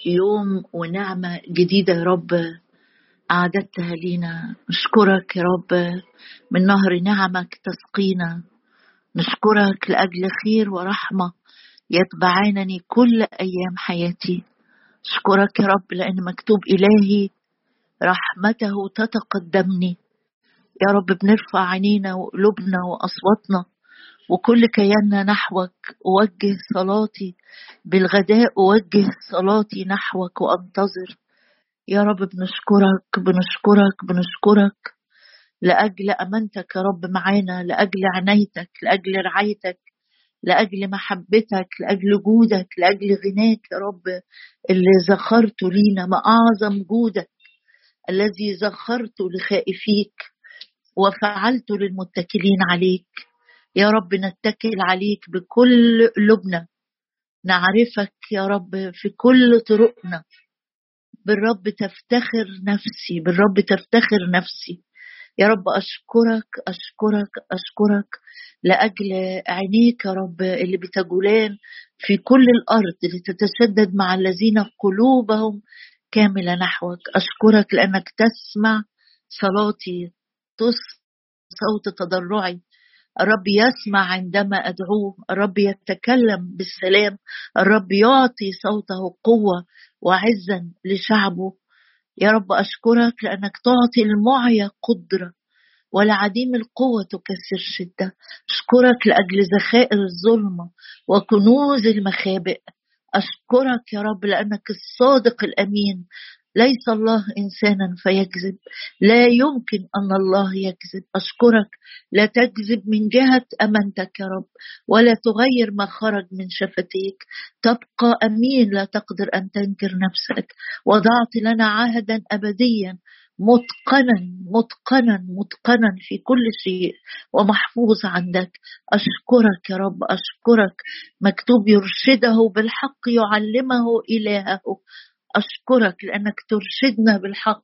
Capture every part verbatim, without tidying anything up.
يوم ونعمة جديدة يا رب أعددتها لينا. نشكرك يا رب من نهر نعمك تسقينا. نشكرك لأجل خير ورحمة يتبعانني كل أيام حياتي. أشكرك يا رب لأن مكتوب إلهي رحمته تتقدمني. يا رب بنرفع عينينا وقلوبنا وأصواتنا وكل كياننا نحوك. أوجه صلاتي بالغداء، أوجه صلاتي نحوك وأنتظر. يا رب بنشكرك بنشكرك بنشكرك لأجل أمانتك يا رب معانا، لأجل عنايتك، لأجل رعايتك، لأجل محبتك، لأجل جودك، لأجل غناك يا رب اللي زخرت لينا. ما أعظم جودك الذي زخرت لخائفيك وفعلت للمتكلين عليك. يا رب نتكل عليك بكل قلوبنا، نعرفك يا رب في كل طرقنا. بالرب تفتخر نفسي، بالرب تفتخر نفسي. يا رب أشكرك أشكرك أشكرك لأجل عينيك يا رب اللي بتجولان في كل الأرض لتتشدد مع الذين قلوبهم كاملة نحوك. أشكرك لأنك تسمع صلاتي، تصغي صوت تضرعي. الرب يسمع عندما أدعوه، الرب يتكلم بالسلام، الرب يعطي صوته قوة وعزا لشعبه. يا رب أشكرك لأنك تعطي المعيا قدرة ولعديم القوة تكسر شدة. أشكرك لأجل ذخائر الظلمة وكنوز المخابئ. أشكرك يا رب لأنك الصادق الأمين. ليس الله إنسانا فيكذب، لا يمكن أن الله يكذب. أشكرك لا تكذب من جهة أمانتك يا رب، ولا تغير ما خرج من شفتيك. تبقى أمين، لا تقدر أن تنكر نفسك. وضعت لنا عهدا أبديا متقنا متقنا متقنا في كل شيء ومحفوظ عندك. أشكرك يا رب أشكرك. مكتوب يرشده بالحق يعلمه إلهه. أشكرك لأنك ترشدنا بالحق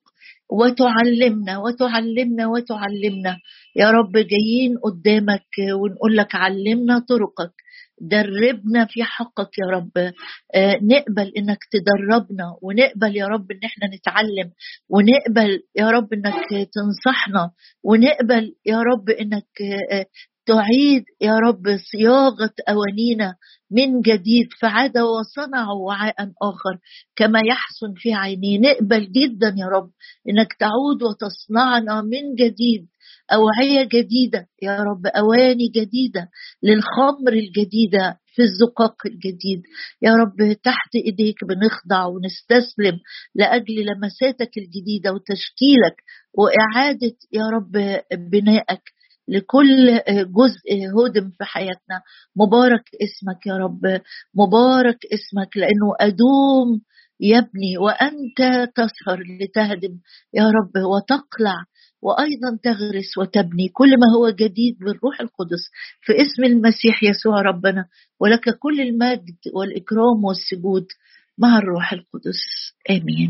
وتعلمنا وتعلمنا وتعلمنا. يا رب جايين قدامك ونقول لك علمنا طرقك، دربنا في حقك يا رب. آه نقبل انك تدربنا، ونقبل يا رب ان احنا نتعلم، ونقبل يا رب انك تنصحنا، ونقبل يا رب انك آه تعيد يا رب صياغة أوانينا من جديد. فعاد وصنعوا وعاء آخر كما يحسن في عيني. نقبل جدا يا رب إنك تعود وتصنعنا من جديد، أوعية جديدة يا رب، أواني جديدة للخمر الجديدة في الزقاق الجديد. يا رب تحت إيديك بنخضع ونستسلم لأجل لمساتك الجديدة وتشكيلك وإعادة يا رب بنائك لكل جزء هدم في حياتنا. مبارك اسمك يا رب، مبارك اسمك لأنه أدوم يبني وأنت تسهر لتهدم يا رب وتقلع وأيضا تغرس وتبني كل ما هو جديد بالروح القدس في اسم المسيح يسوع ربنا. ولك كل المجد والإكرام والسجود مع الروح القدس، آمين.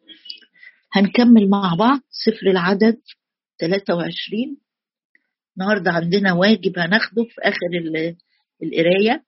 هنكمل مع بعض سفر العدد ثلاثة وعشرين. النهاردة عندنا واجب هناخده في آخر القراية.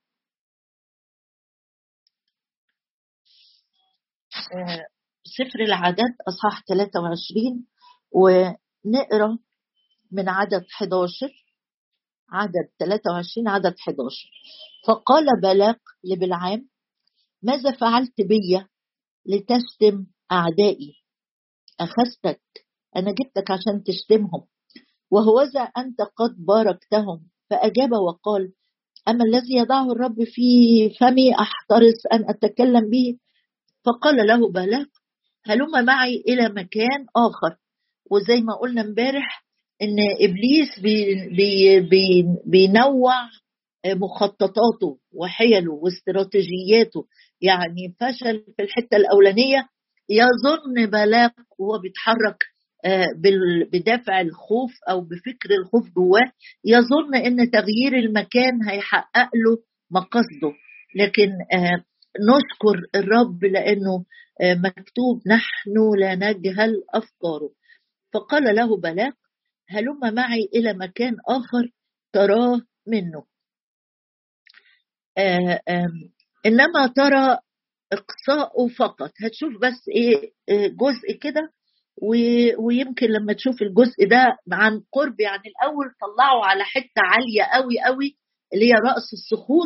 سفر العدد أصحاح ثلاثة وعشرين، ونقرأ من عدد إحدى عشر. عدد ثلاثة وعشرين عدد إحدى عشر. فقال بلاق لبلعام: ماذا فعلت بي لتشتم أعدائي؟ أخذتك، أنا جبتك عشان تشتمهم، وهوذا أنت قد باركتهم. فأجاب وقال: أما الذي يضعه الرب في فمي أحترس أن أتكلم به. فقال له بلاق: هلم معي إلى مكان آخر. وزي ما قلنا امبارح إن إبليس بي بي بي بينوع مخططاته وحيله واستراتيجياته. يعني فشل في الحتة الأولانية، يظن بلاق وهو بيتحرك بدافع الخوف أو بفكر الخوف جواه، يظن إن تغيير المكان هيحقق له مقصده. لكن نشكر الرب لأنه مكتوب نحن لا نجهل أفكاره. فقال له بلاق: هلم معي إلى مكان آخر تراه منه. آآ آآ إنما ترى إقصاؤه فقط. هتشوف بس إيه جزء كده، ويمكن لما تشوف الجزء ده عن قرب، يعني الأول طلعوا على حتة عالية قوي قوي اللي هي رأس الصخور،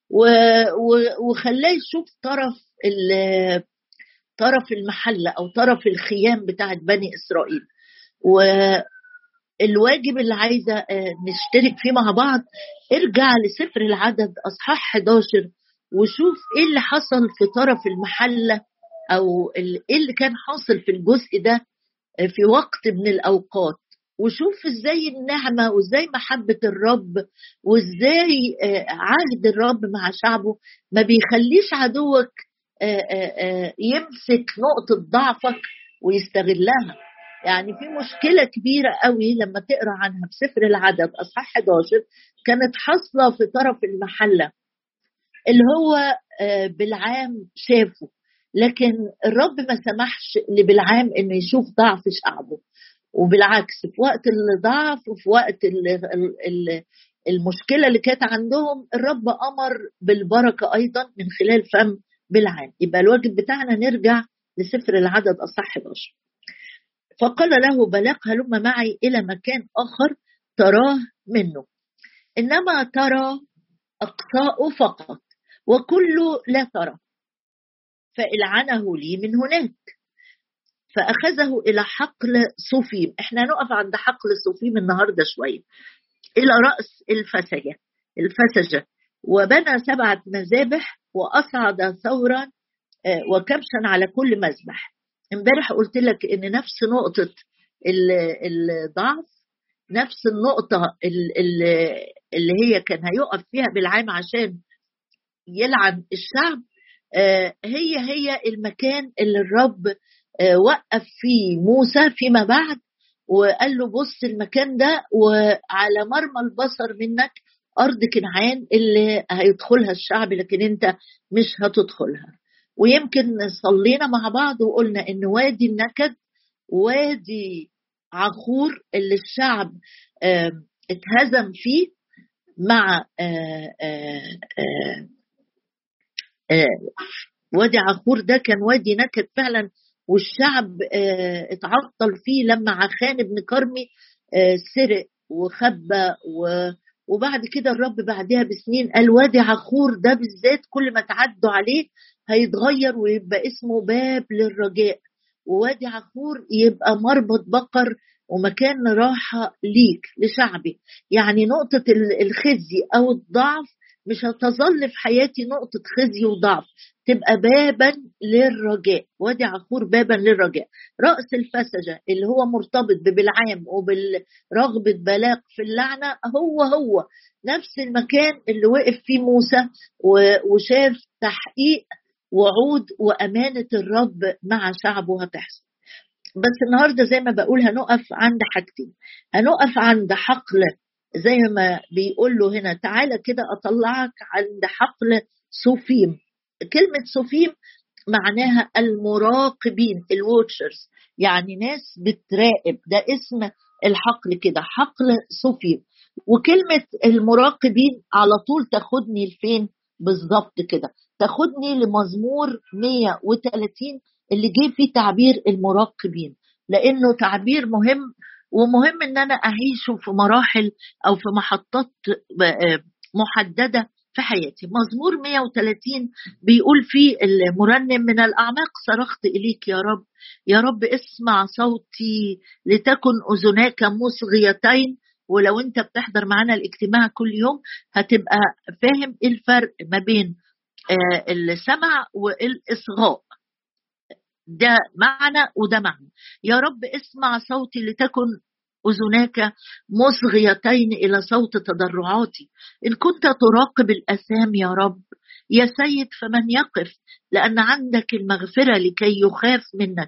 وخلاه يشوف طرف طرف المحلة أو طرف الخيام بتاعت بني إسرائيل. والواجب اللي عايزة نشترك فيه مع بعض، ارجع لسفر العدد أصحاح حداشر وشوف إيه اللي حصل في طرف المحلة، أو إيه اللي كان حاصل في الجزء ده في وقت من الأوقات، وشوف إزاي النعمة وإزاي محبة الرب وإزاي عهد الرب مع شعبه ما بيخليش عدوك يمسك نقطة ضعفك ويستغلها. يعني في مشكلة كبيرة قوي لما تقرأ عنها في سفر العدد أصحاح حداشر، كانت حاصلة في طرف المحلة اللي هو بلعام شافه، لكن الرب ما سمحش لبلعام انه يشوف ضعف شعبه، وبالعكس في وقت الضعف وفي وقت المشكلة اللي كانت عندهم الرب أمر بالبركة أيضا من خلال فم بلعام. يبقى الواجب بتاعنا نرجع لسفر العدد أصحاح حداشر. فقال له بلاق هلم معي إلى مكان آخر تراه منه، إنما ترى أقصاء فقط وكله لا ترى، فإلعنه لي من هناك. فأخذه إلى حقل صوفيم. احنا نقف عند حقل صوفيم النهاردة شوية، إلى رأس الفسجة الفسجة وبنى سبعة مذابح وأصعد ثورا وكبشا على كل مذبح. امبارح قلت لك إن نفس نقطة الضعف، نفس النقطة اللي هي كان هيقف فيها بالعام عشان يلعن الشعب، هي هي المكان اللي الرب وقف فيه موسى فيما بعد وقال له بص المكان ده وعلى مرمى البصر منك أرض كنعان اللي هيدخلها الشعب، لكن انت مش هتدخلها. ويمكن صلينا مع بعض وقلنا ان وادي النكد وادي عخور اللي الشعب اتهزم فيه مع آآ آآ آآ وادي عخور ده كان وادي نكد فعلا، والشعب اتعطل فيه لما عخان بن كرمي سرق وخبى، وبعد كده الرب بعدها بسنين قال وادي عخور ده بالذات كل ما تعدوا عليه هيتغير ويبقى اسمه باب للرجاء، ووادي عخور يبقى مربط بقر ومكان راحة ليك لشعبي. يعني نقطة الخزي أو الضعف مش هتظل في حياتي نقطة خزي وضعف، تبقى بابا للرجاء. وادي عخور بابا للرجاء. رأس الفسجة اللي هو مرتبط ببلعام وبالرغبة بلاق في اللعنة هو هو نفس المكان اللي وقف فيه موسى وشاف تحقيق وعود وأمانة الرب مع شعبه هتحصل. بس النهاردة زي ما بقول هنقف عند حاجتين. هنقف عند حقل زي ما بيقول له هنا تعالى كده أطلعك عند حقل صوفيم. كلمة صوفيم معناها المراقبين، الواتشرز، يعني ناس بتراقب، ده اسم الحقل كده حقل صوفيم. وكلمة المراقبين على طول تاخدني لفين بالظبط كده؟ تاخدني لمزمور مية وثلاثين اللي جه فيه تعبير المراقبين، لأنه تعبير مهم، ومهم ان انا اعيشه في مراحل او في محطات محددة في حياتي. مزمور مية وثلاثين بيقول فيه المرنم من الأعماق صرخت إليك يا رب، يا رب اسمع صوتي لتكن أذناك مصغيتين. ولو انت بتحضر معنا الاجتماع كل يوم هتبقى فاهم ايه الفرق ما بين السمع والإصغاء، ده معنى وده معنى. يا رب اسمع صوتي لتكن أذناك مصغيتين إلى صوت تضرعاتي. إن كنت تراقب الأثام يا رب يا سيد فمن يقف، لأن عندك المغفرة لكي يخاف منك.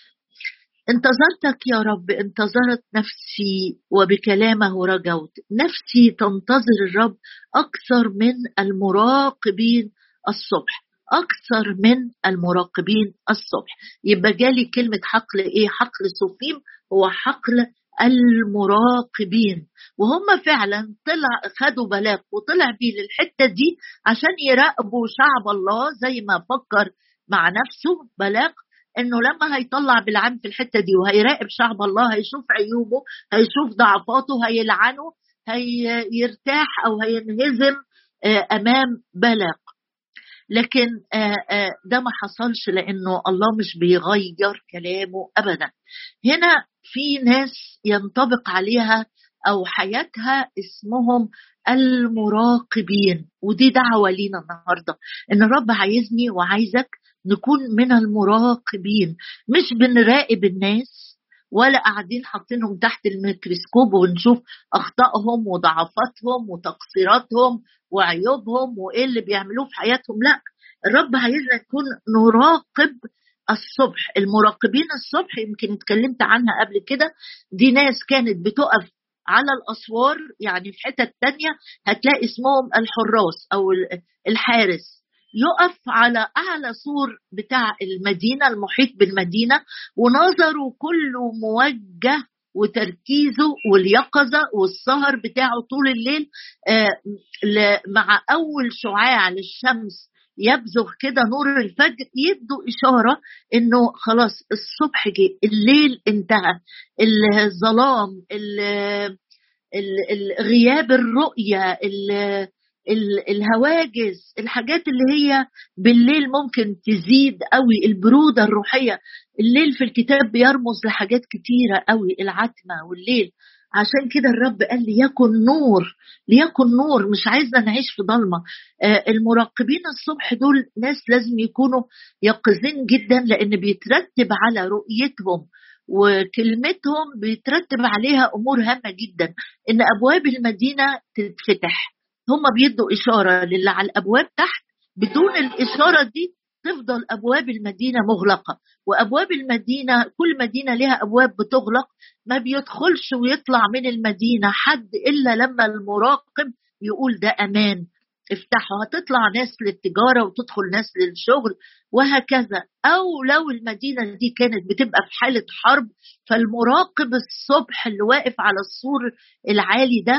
انتظرتك يا رب، انتظرت نفسي وبكلامه رجوت. نفسي تنتظر الرب أكثر من المراقبين الصبح، أكثر من المراقبين الصبح. يبقى جالي كلمة حقل إيه؟ حقل صوفيم هو حقل المراقبين، وهم فعلا طلع خدوا بلاق وطلع بيه للحتة دي عشان يراقبوا شعب الله زي ما فكر مع نفسه بلاغ انه لما هيطلع بالعام في الحته دي وهيراقب شعب الله هيشوف عيوبه، هيشوف ضعفاته، هيلعنه، هيرتاح او هينهزم امام بلاق. لكن ده ما حصلش، لانه الله مش بيغير كلامه ابدا. هنا في ناس ينطبق عليها او حياتها اسمهم المراقبين، ودي دعوة لينا النهاردة ان الرب عايزني وعايزك نكون من المراقبين، مش بنراقب الناس ولا قاعدين حاطينهم تحت الميكروسكوب ونشوف اخطائهم وضعفاتهم وتقصيراتهم وعيوبهم وايه اللي بيعملوه في حياتهم. لا، الرب عايزنا نكون نراقب الصبح. المراقبين الصبح يمكن اتكلمت عنها قبل كده، دي ناس كانت بتقف على الأسوار، يعني في حتة تانية هتلاقي اسمهم الحراس أو الحارس، يقف على أعلى سور بتاع المدينة المحيط بالمدينة، ونظره كله موجه وتركيزه واليقظة والسهر بتاعه طول الليل مع أول شعاع للشمس يبزغ كده نور الفجر يدوا إشارة إنه خلاص الصبح جه، الليل انتهى، الظلام، غياب الرؤية، الهواجس، الحاجات اللي هي بالليل ممكن تزيد قوي البرودة الروحية. الليل في الكتاب بيرمز لحاجات كتيرة قوي، العتمة والليل. عشان كده الرب قال ليكن نور، ليكن نور، مش عايزنا نعيش في ضلمة. آه المراقبين الصبح دول ناس لازم يكونوا يقظين جدا، لأن بيترتب على رؤيتهم وكلمتهم بيترتب عليها أمور هامة جدا، إن أبواب المدينة تتفتح. هم بيدوا إشارة للي على الأبواب تحت، بدون الإشارة دي تفضل أبواب المدينة مغلقة. وأبواب المدينة كل مدينة لها أبواب بتغلق، ما بيدخلش ويطلع من المدينة حد إلا لما المراقب يقول ده أمان افتحوا. هتطلع ناس للتجارة وتدخل ناس للشغل وهكذا. أو لو المدينة دي كانت بتبقى في حالة حرب، فالمراقب الصبح اللي واقف على السور العالي ده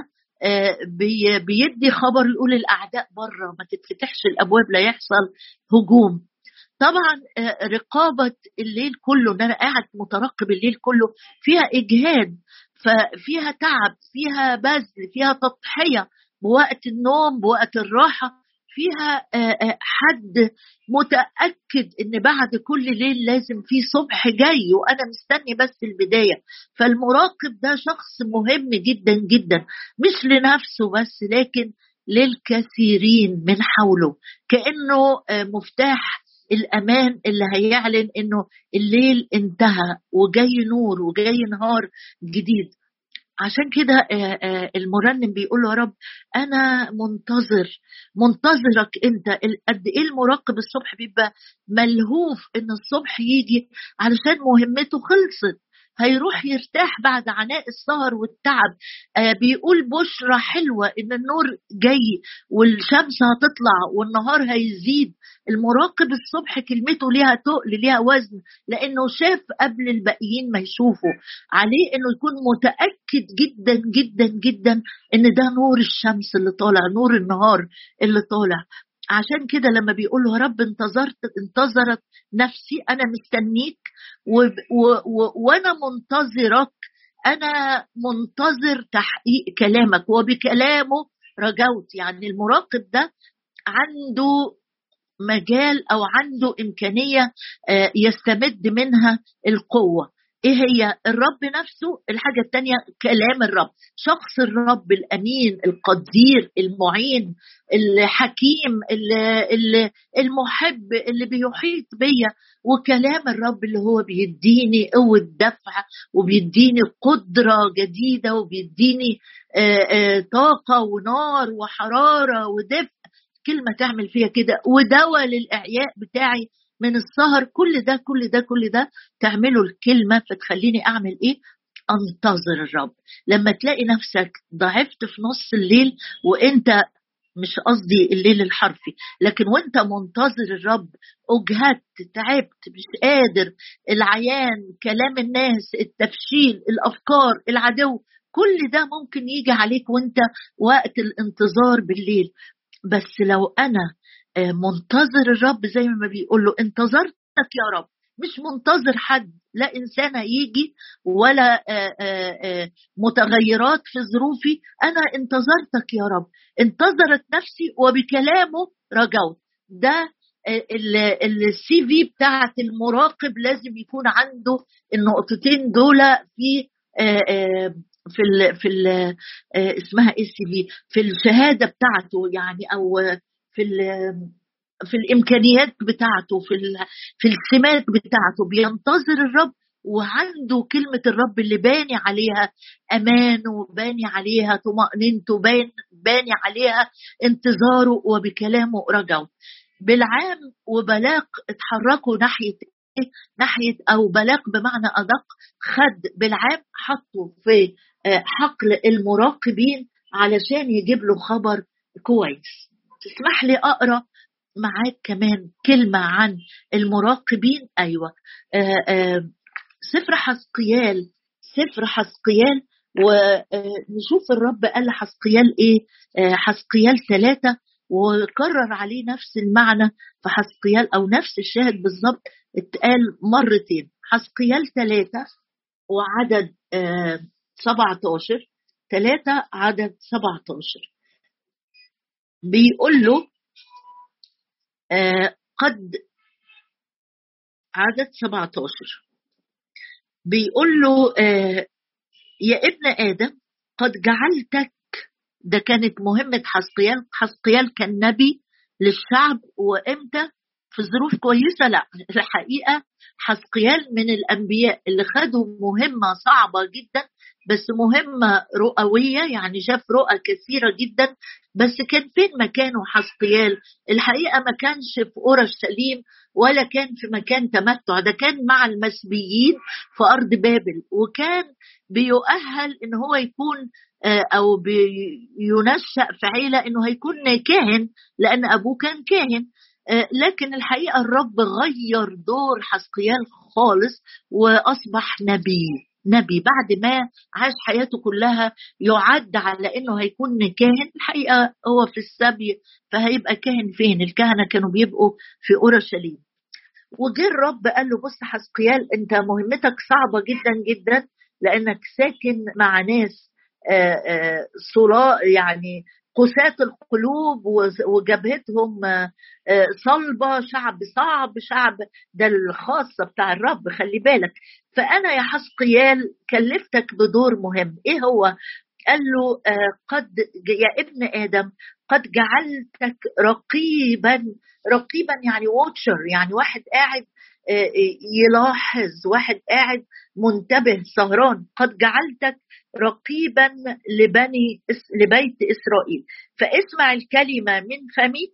بيدي خبر يقول الأعداء بره ما تتفتحش الأبواب لا يحصل هجوم. طبعا رقابة الليل كله، ان انا قاعد مترقب الليل كله، فيها اجهاد، ففيها تعب، فيها بذل، فيها تضحية بوقت النوم بوقت الراحة، فيها حد متأكد ان بعد كل ليل لازم في صبح جاي وانا مستني بس البداية. فالمراقب ده شخص مهم جدا جدا، مش لنفسه بس لكن للكثيرين من حوله، كأنه مفتاح الأمان اللي هيعلن إنه الليل انتهى وجاي نور وجاي نهار جديد. عشان كده المرنم بيقول له يا رب أنا منتظر منتظرك أنت. قد إيه المراقب الصبح بيبقى ملهوف إن الصبح يجي علشان مهمته خلصت، هيروح يرتاح بعد عناء السهر والتعب. آه بيقول بشرة حلوة إن النور جاي والشمس هتطلع والنهار هيزيد. المراقب الصبح كلمته ليها تقل، ليها وزن، لأنه شاف قبل الباقيين ما يشوفوا. عليه إنه يكون متأكد جدا جدا جدا إن ده نور الشمس اللي طالع، نور النهار اللي طالع. عشان كده لما بيقول له يا رب انتظرت انتظرت نفسي، أنا مستنيك و و و وأنا منتظرك، أنا منتظر تحقيق كلامك وبكلامه رجوت. يعني المراقب ده عنده مجال أو عنده إمكانية يستمد منها القوة. ايه هي؟ الرب نفسه. الحاجة التانية كلام الرب، شخص الرب الأمين القدير المعين الحكيم المحب اللي بيحيط بيا، وكلام الرب اللي هو بيديني قوة دفع وبيديني قدرة جديدة وبيديني طاقة ونار وحرارة ودفء، كلمة تعمل فيها كده، ودواء للإعياء بتاعي من السهر. كل ده كل ده كل ده تعمله الكلمة، فتخليني أعمل إيه؟ أنتظر الرب. لما تلاقي نفسك ضعفت في نص الليل، وإنت مش قصدي الليل الحرفي، لكن وإنت منتظر الرب، أجهدت، تعبت، مش قادر، العيان، كلام الناس، التفشيل، الأفكار، العدو، كل ده ممكن يجي عليك وإنت وقت الانتظار بالليل. بس لو أنا منتظر الرب زي ما بيقول له انتظرتك يا رب. مش منتظر حد، لا إنسان يجي ولا متغيرات في ظروفي، أنا انتظرتك يا رب. انتظرت نفسي وبكلامه رجوت. ده السي في بتاعت المراقب لازم يكون عنده النقطتين دول في في ال في ال اسمها ايه السي في، في الشهاده بتاعته يعني، او في في الامكانيات بتاعته، في في السمات بتاعته. بينتظر الرب وعنده كلمه الرب اللي باني عليها امان، وباني عليها طمأنينته، باني عليها انتظاره، وبكلامه رجعوا. بالعام وبلاق اتحركوا ناحيه ايه؟ ناحيه، او بلاق بمعنى ادق، خد بالعام حطوا في حقل المراقبين علشان يجيب له خبر كويس. تسمح لي اقرا معاك كمان كلمه عن المراقبين؟ ايوه. آآ آآ سفر حزقيال، سفر حزقيال، ونشوف الرب قال حزقيال ايه. حزقيال ثلاثة، وكرر عليه نفس المعنى في حزقيال، او نفس الشاهد بالظبط اتقال مرتين. حزقيال ثلاثة وعدد سبعة عشر، ثلاثة عدد سبعة عشر، بيقول له قد، عدد سبعة عشر بيقول له يا ابن آدم قد جعلتك. ده كانت مهمة حزقيال. حزقيال كان نبي للشعب، وإمتى؟ في ظروف كويسة؟ لا، الحقيقة حزقيال من الأنبياء اللي خدوا مهمة صعبة جدا، بس مهمة رؤوية، يعني شاف رؤى كثيرة جدا. بس كان فين مكانه حزقيال؟ الحقيقة ما كانش في أورشليم ولا كان في مكان تمتع، ده كان مع المسبيين في أرض بابل، وكان بيؤهل إن هو يكون أو بينشأ في عيلة إنه هيكون كاهن، لأن أبوه كان كاهن. لكن الحقيقة الرب غير دور حزقيال خالص، وأصبح نبي. نبي بعد ما عاش حياته كلها يعد على إنه هيكون كاهن. الحقيقة هو في السبي، فهيبقى كاهن فين؟ الكهنة كانوا بيبقوا في أورشليم. وجه الرب قال له بص حزقيال، أنت مهمتك صعبة جدا جدا، لأنك ساكن مع ناس صلاء، يعني قساة القلوب وجبهتهم صلبة، شعب صعب، شعب ده الخاصة بتاع الرب، خلي بالك. فأنا يا حزقيال كلفتك بدور مهم. إيه هو؟ قال له قد يا ابن آدم قد جعلتك رقيبا. رقيبا يعني واتشر، يعني واحد قاعد يلاحظ، واحد قاعد منتبه سهران. قد جعلتك رقيبا لبني لبيت إسرائيل، فاسمع الكلمة من فمي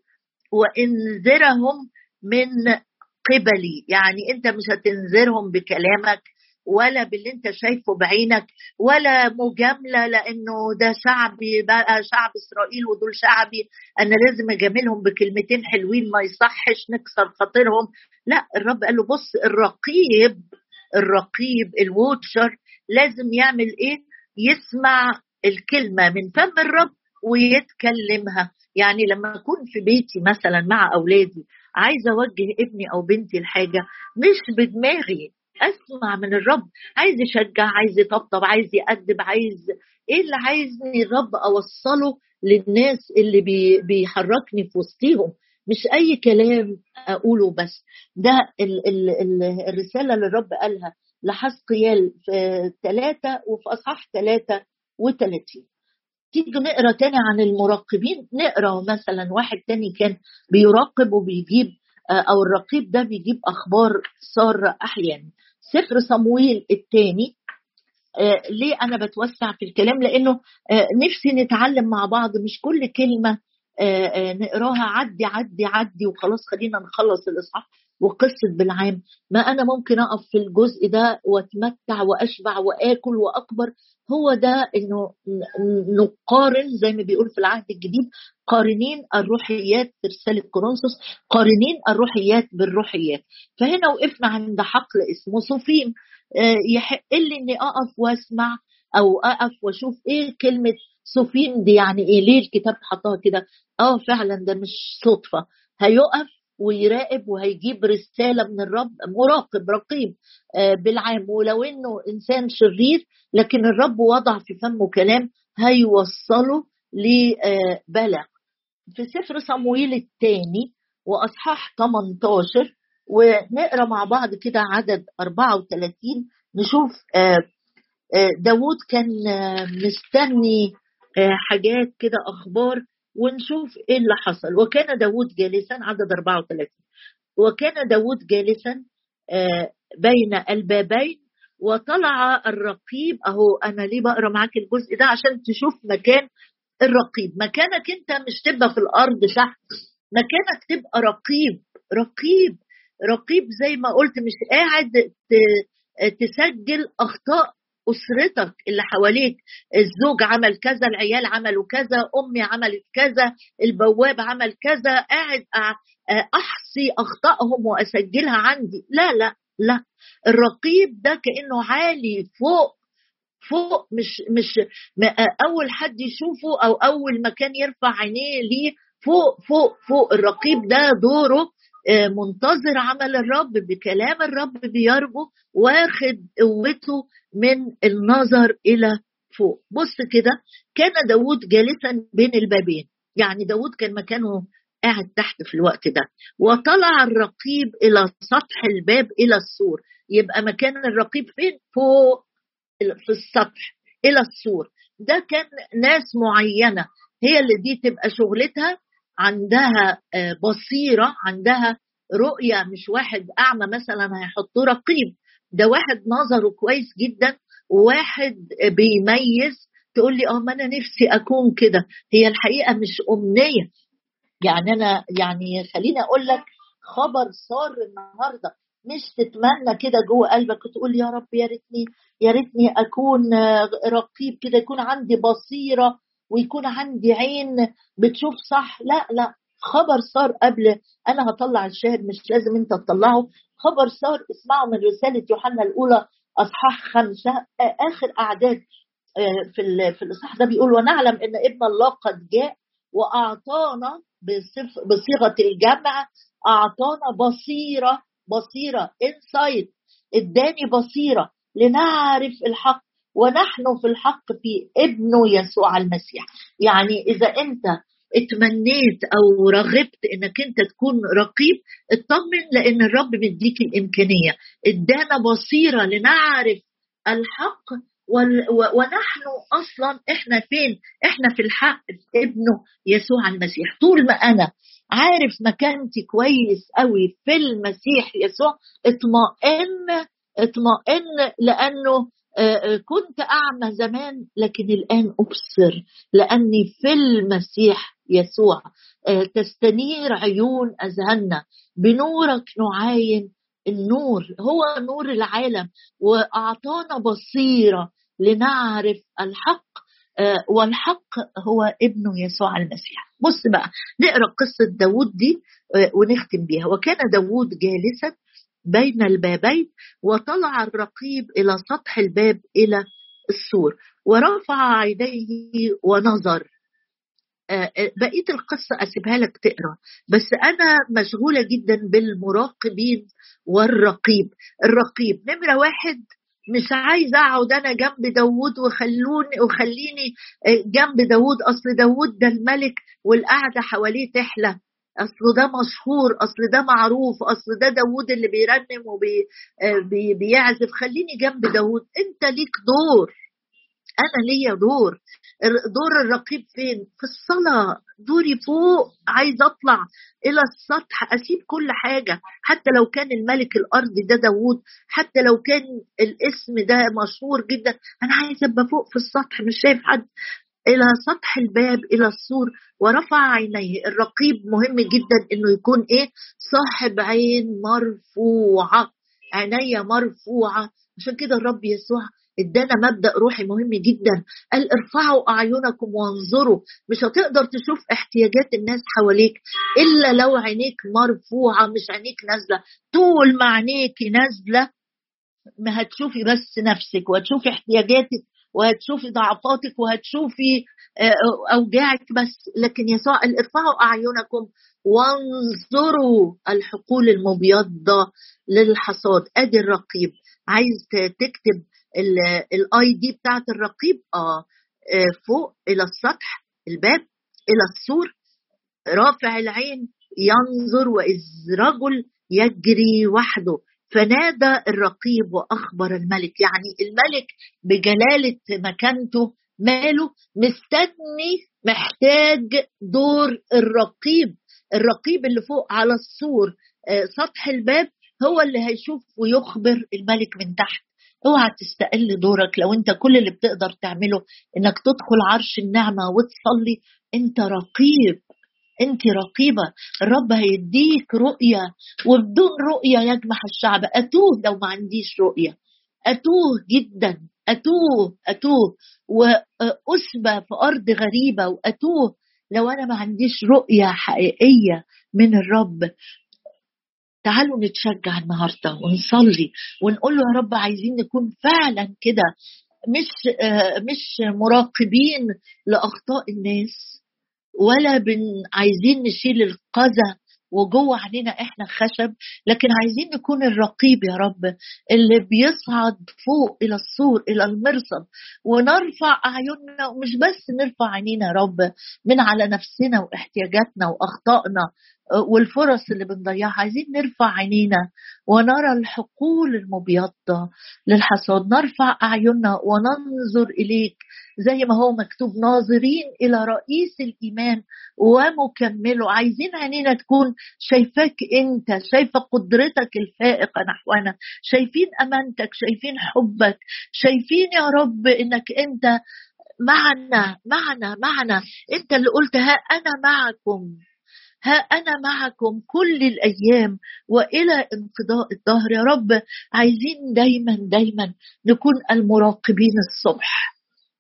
وانذرهم من قبلي. يعني انت مش هتنذرهم بكلامك ولا باللي انت شايفه بعينك ولا مجاملة، لانه ده شعبي بقى، شعب اسرائيل ودول شعبي، انا لازم اجاملهم بكلمتين حلوين، ما يصحش نكسر خاطرهم. لا، الرب قال له بص، الرقيب الرقيب الواتشر لازم يعمل ايه؟ يسمع الكلمة من فم الرب ويتكلمها. يعني لما اكون في بيتي مثلا مع اولادي، عايزه اوجه ابني او بنتي الحاجه، مش بدماغي، اسمع من الرب. عايز يشجع، عايز يطبطب، عايز يأدب، عايز ايه اللي عايزني الرب اوصله للناس اللي بي بيحركني في وسطهم، مش اي كلام اقوله بس. ده ال ال ال الرساله اللي الرب قالها لحزقيال في ثلاثة وفي اصحاح ثلاثة وثلاثين. تيجي نقرا تاني عن المراقبين، نقرا مثلا واحد تاني كان بيراقب وبيجيب، او الرقيب ده بيجيب اخبار سارة احيانا. سفر صمويل الثاني. آه ليه انا بتوسع في الكلام؟ لانه آه نفسي نتعلم مع بعض، مش كل كلمة آه آه نقراها عدي عدي عدي وخلاص خلينا نخلص الاصحاح وقصة بالعام. ما أنا ممكن أقف في الجزء ده واتمتع وأشبع وآكل وأكبر. هو ده إنه نقارن زي ما بيقول في العهد الجديد، قارنين الروحيات في رسالة كورنثوس، قارنين الروحيات بالروحيات. فهنا وقفنا عند حقل اسمه صوفيم. يحق لي إني أقف وأسمع، أو أقف وأشوف إيه كلمة صوفيم دي يعني إيه، ليه الكتاب حطها كده. آه فعلا ده مش صدفة، هيقف ويراقب وهيجيب رسالة من الرب، مراقب رقيب بالعام. ولو انه انسان شرير لكن الرب وضع في فمه كلام هيوصله لبلاغ. في سفر صموئيل الثاني واصحاح ثمانية عشر ونقرا مع بعض كده عدد أربعة وثلاثين، نشوف داود كان مستني حاجات كده اخبار، ونشوف ايه اللي حصل. وكان داود جالسا، عدد أربعة وثلاثين، وكان داود جالسا بين البابين وطلع الرقيب. اهو انا ليه بقرا معاك الجزء ده؟ عشان تشوف مكان الرقيب. مكانك انت مش تبقى في الارض تحت، مكانك تبقى رقيب رقيب رقيب زي ما قلت، مش قاعد تسجل اخطاء أسرتك اللي حواليك. الزوج عمل كذا، العيال عملوا كذا، أمي عملت كذا، البواب عمل كذا، قاعد أحصي أخطائهم وأسجلها عندي. لا لا لا، الرقيب ده كأنه عالي فوق فوق، مش مش أول حد يشوفه أو أول مكان يرفع عينيه ليه، فوق فوق فوق. الرقيب ده دوره منتظر عمل الرب، بكلام الرب بيرجو، واخد قوته من النظر إلى فوق. بص كده، كان داود جالسا بين البابين، يعني داود كان مكانه قاعد تحت في الوقت ده. وطلع الرقيب إلى سطح الباب إلى السور. يبقى مكان الرقيب فين؟ فوق في السطح إلى السور. ده كان ناس معينة هي اللي دي تبقى شغلتها، عندها بصيرة، عندها رؤية. مش واحد أعمى مثلا هيحطوه رقيب، ده واحد نظره كويس جدا، وواحد بيميز. تقول لي اه ما انا نفسي اكون كده، هي الحقيقة مش أمنية. يعني انا يعني خليني اقول لك خبر صار النهارده، مش تتمنى كده جوه قلبك وتقول يا رب يا ريتني يا ريتني اكون رقيب كده، يكون عندي بصيرة ويكون عندي عين بتشوف صح. لا لا، خبر صار قبل انا هطلع الشاهد، مش لازم انت تطلعه. خبر صار اسمعوا من رسالة يوحنا الاولى اصحاح خمسة اخر اعداد في في الاصحاح ده، بيقول ونعلم ان ابن الله قد جاء واعطانا بصيغة الجمع، اعطانا بصيرة بصيرة انسايت، اداني بصيرة لنعرف الحق، ونحن في الحق في ابنه يسوع المسيح. يعني إذا أنت اتمنيت أو رغبت أنك أنت تكون رقيب، اطمن، لأن الرب مديك الإمكانية، ادانا بصيرة لنعرف الحق. ونحن أصلا إحنا فين؟ إحنا في الحق في ابنه يسوع المسيح. طول ما أنا عارف مكانتي كويس قوي في المسيح يسوع، اطمئن اطمئن، لأنه كنت أعمى زمان لكن الآن أبصر، لأني في المسيح يسوع. تستنير عيون أذهاننا، بنورك نعاين النور، هو نور العالم، وأعطانا بصيرة لنعرف الحق، والحق هو ابنه يسوع المسيح. بص بقى نقرأ قصة داود دي ونختم بيها. وكان داود جالسا بين البابين وطلع الرقيب إلى سطح الباب إلى السور ورفع عينيه ونظر. بقية القصة أسيبها لك تقرأ، بس أنا مشغولة جدا بالمراقبين والرقيب. الرقيب نمرة واحد، مش عايزة أقعد أنا جنب داود وخلوني وخليني جنب داود، أصل داود ده الملك والقعدة حواليه تحلى، أصل ده مشهور، أصل ده معروف، أصل ده داود اللي بيرنم وبيعزف، خليني جنب داود. أنت ليك دور، أنا ليا دور. دور الرقيب فين؟ في الصلاة. دوري فوق، عايز أطلع إلى السطح، أسيب كل حاجة، حتى لو كان الملك الأرضي ده داود، حتى لو كان الاسم ده مشهور جدا، أنا عايز أبقى فوق في السطح مش شايف حد. إلى سطح الباب إلى السور ورفع عينيه. الرقيب مهم جدا إنه يكون إيه؟ صاحب عين مرفوعة، عينية مرفوعة. عشان كده الرب يسوع ادانا مبدأ روحي مهم جدا، قال ارفعوا أعينكم وانظروا. مش هتقدر تشوف احتياجات الناس حواليك إلا لو عينيك مرفوعة، مش عينيك نازلة. طول ما عينيك نازلة ما هتشوفي بس نفسك وهتشوفي احتياجاتك وهتشوفي ضعفاتك وهتشوفي أوجاعك، بس لكن يسوع قال ارفعوا أعينكم وانظروا الحقول المبيضة للحصاد. ادي الرقيب. عايز تكتب الاي دي بتاعت الرقيب؟ اه فوق الى السطح الباب الى السور، رافع العين ينظر، واذ رجل يجري وحده فنادى الرقيب واخبر الملك. يعني الملك بجلالة مكانته ماله مستني، محتاج دور الرقيب. الرقيب اللي فوق على السور سطح الباب هو اللي هيشوف ويخبر الملك من تحت. اوعى تستقل دورك. لو انت كل اللي بتقدر تعمله انك تدخل عرش النعمة وتصلي، انت رقيب، انت رقيبة. الرب هيديك رؤية، وبدون رؤية يجمح الشعب. اتوه لو ما عنديش رؤية، اتوه جدا، اتوه اتوه واسبى في ارض غريبة، واتوه لو انا ما عنديش رؤية حقيقية من الرب. تعالوا نتشجع النهاردة ونصلي ونقول له يا رب عايزين نكون فعلا كده، مش مش مراقبين لأخطاء الناس، ولا بن عايزين نشيل القذى وجوه علينا احنا خشب، لكن عايزين نكون الرقيب يا رب اللي بيصعد فوق الى السور الى المرصد، ونرفع اعيننا. ومش بس نرفع عينينا يا رب من على نفسنا واحتياجاتنا واخطائنا والفرص اللي بنضيعها، عايزين نرفع عينينا ونرى الحقول المبيضة للحصاد. نرفع أعيننا وننظر إليك زي ما هو مكتوب، ناظرين إلى رئيس الإيمان ومكمله. عايزين عينينا تكون شايفاك أنت، شايفة قدرتك الفائقة نحونا، شايفين أمانتك، شايفين حبك، شايفين يا رب إنك أنت معنا معنا معنا. أنت اللي قلت ها أنا معكم، ها أنا معكم كل الأيام وإلى انقضاء الدهر. يا رب عايزين دايما دايما نكون المراقبين الصبح،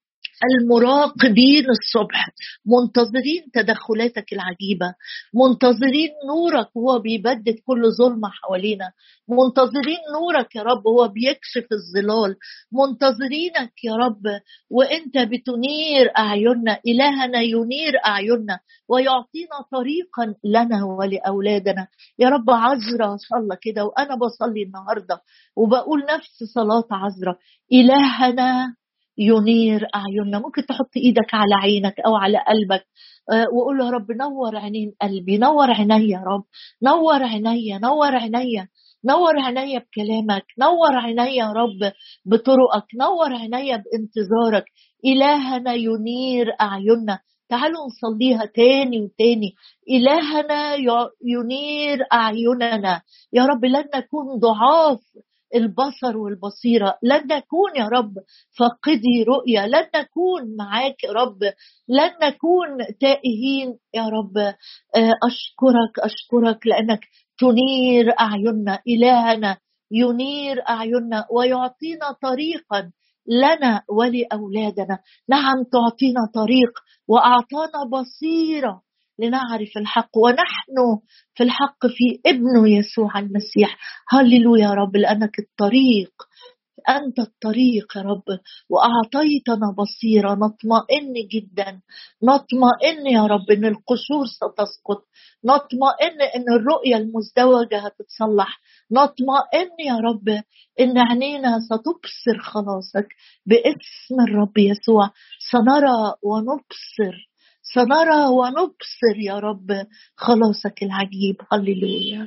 المراقبين الصبح، منتظرين تدخلاتك العجيبة، منتظرين نورك وهو بيبدد كل ظلمة حوالينا، منتظرين نورك يا رب وهو بيكشف الظلال، منتظرينك يا رب وانت بتنير أعيننا. إلهنا ينير أعيننا ويعطينا طريقا لنا ولأولادنا. يا رب عذرا صلى كده، وأنا بصلي النهاردة وبقول نفس صلاة عذرا، إلهنا ينير أعيننا. ممكن تحط إيدك على عينك أو على قلبك وقول له يا رب نور عينين قلبي، نور عيني يا رب، نور عيني، نور عيني، نور عيني بكلامك، نور عيني يا رب بطرقك، نور عيني بانتظارك. إلهنا ينير أعيننا. تعالوا نصليها تاني وتاني. إلهنا ينير أعيننا. يا رب لن نكون ضعاف البصر والبصيرة، لن نكون يا رب فقدي رؤية، لن نكون معاك يا رب، لن نكون تائهين يا رب. أشكرك أشكرك لأنك تنير أعيننا. إلهنا ينير أعيننا ويعطينا طريقا لنا ولأولادنا. نعم تعطينا طريق وأعطانا بصيرة لنعرف الحق، ونحن في الحق في ابنه يسوع المسيح. هللويا يا رب لأنك الطريق، أنت الطريق يا رب، وأعطيتنا بصيرة. نطمئن جدا، نطمئن يا رب إن القشور ستسقط، نطمئن إن الرؤية المزدوجة هتتصلح، نطمئن يا رب إن عينينا ستبصر خلاصك باسم الرب يسوع. سنرى ونبصر، سنرى ونبصر يا رب خلاصك العجيب. هللويا.